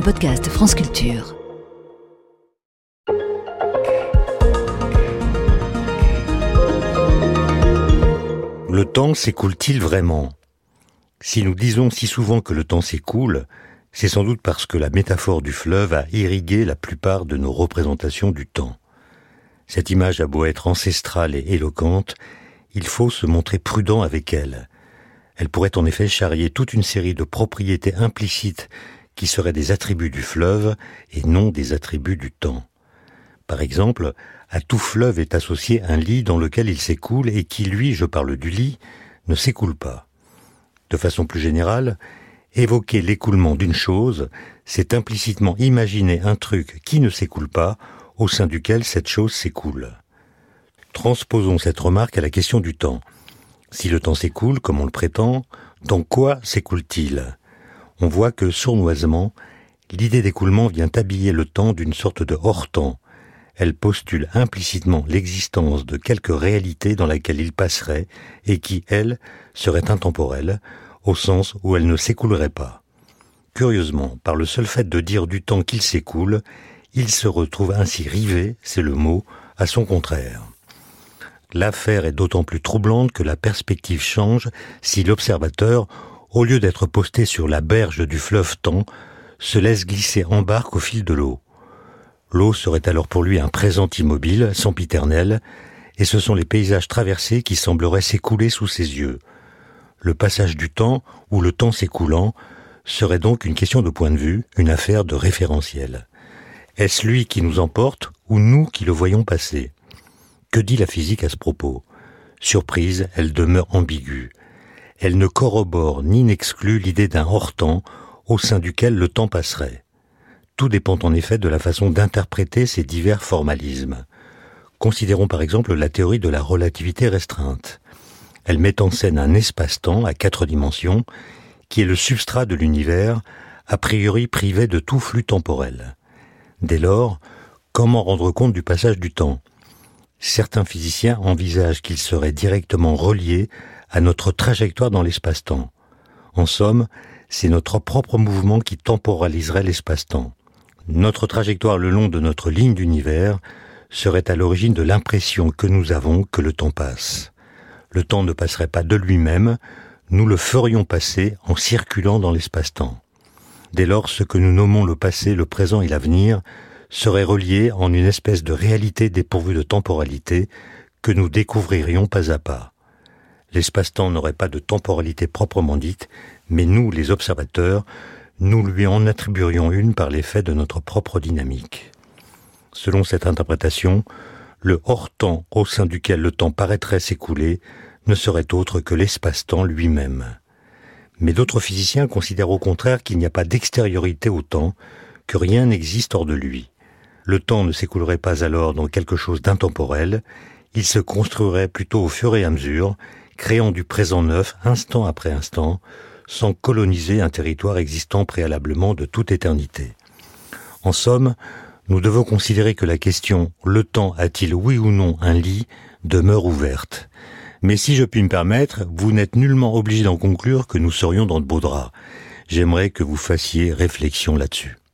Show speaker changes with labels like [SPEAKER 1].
[SPEAKER 1] podcast France Culture.
[SPEAKER 2] Le temps s'écoule-t-il vraiment ? Si nous disons si souvent que le temps s'écoule, c'est sans doute parce que la métaphore du fleuve a irrigué la plupart de nos représentations du temps. Cette image a beau être ancestrale et éloquente, il faut se montrer prudent avec elle. Elle pourrait en effet charrier toute une série de propriétés implicites qui seraient des attributs du fleuve et non des attributs du temps. Par exemple, à tout fleuve est associé un lit dans lequel il s'écoule et qui, lui, je parle du lit, ne s'écoule pas. De façon plus générale, évoquer l'écoulement d'une chose, c'est implicitement imaginer un truc qui ne s'écoule pas, au sein duquel cette chose s'écoule. Transposons cette remarque à la question du temps. Si le temps s'écoule, comme on le prétend, dans quoi s'écoule-t-il ? On voit que, sournoisement, l'idée d'écoulement vient habiller le temps d'une sorte de hors-temps. Elle postule implicitement l'existence de quelque réalité dans laquelle il passerait et qui, elle, serait intemporelle, au sens où elle ne s'écoulerait pas. Curieusement, par le seul fait de dire du temps qu'il s'écoule, il se retrouve ainsi rivé, c'est le mot, à son contraire. L'affaire est d'autant plus troublante que la perspective change si l'observateur, au lieu d'être posté sur la berge du fleuve temps, se laisse glisser en barque au fil de l'eau. L'eau serait alors pour lui un présent immobile, sempiternel, et ce sont les paysages traversés qui sembleraient s'écouler sous ses yeux. Le passage du temps, ou le temps s'écoulant, serait donc une question de point de vue, une affaire de référentiel. Est-ce lui qui nous emporte, ou nous qui le voyons passer ? Que dit la physique à ce propos ? Surprise, elle demeure ambiguë. Elle ne corrobore ni n'exclut l'idée d'un hors-temps au sein duquel le temps passerait. Tout dépend en effet de la façon d'interpréter ces divers formalismes. Considérons par exemple la théorie de la relativité restreinte. Elle met en scène un espace-temps à 4 dimensions qui est le substrat de l'univers, a priori privé de tout flux temporel. Dès lors, comment rendre compte du passage du temps ? Certains physiciens envisagent qu'il serait directement relié à notre trajectoire dans l'espace-temps. En somme, c'est notre propre mouvement qui temporaliserait l'espace-temps. Notre trajectoire le long de notre ligne d'univers serait à l'origine de l'impression que nous avons que le temps passe. Le temps ne passerait pas de lui-même, nous le ferions passer en circulant dans l'espace-temps. Dès lors, ce que nous nommons le passé, le présent et l'avenir seraient reliés en une espèce de réalité dépourvue de temporalité que nous découvririons pas à pas. L'espace-temps n'aurait pas de temporalité proprement dite, mais nous, les observateurs, nous lui en attribuerions une par l'effet de notre propre dynamique. Selon cette interprétation, le hors-temps au sein duquel le temps paraîtrait s'écouler ne serait autre que l'espace-temps lui-même. Mais d'autres physiciens considèrent au contraire qu'il n'y a pas d'extériorité au temps, que rien n'existe hors de lui. Le temps ne s'écoulerait pas alors dans quelque chose d'intemporel, il se construirait plutôt au fur et à mesure, créant du présent neuf instant après instant, sans coloniser un territoire existant préalablement de toute éternité. En somme, nous devons considérer que la question « le temps a-t-il oui ou non un lit ?» demeure ouverte. Mais si je puis me permettre, vous n'êtes nullement obligé d'en conclure que nous serions dans de beaux draps. J'aimerais que vous fassiez réflexion là-dessus.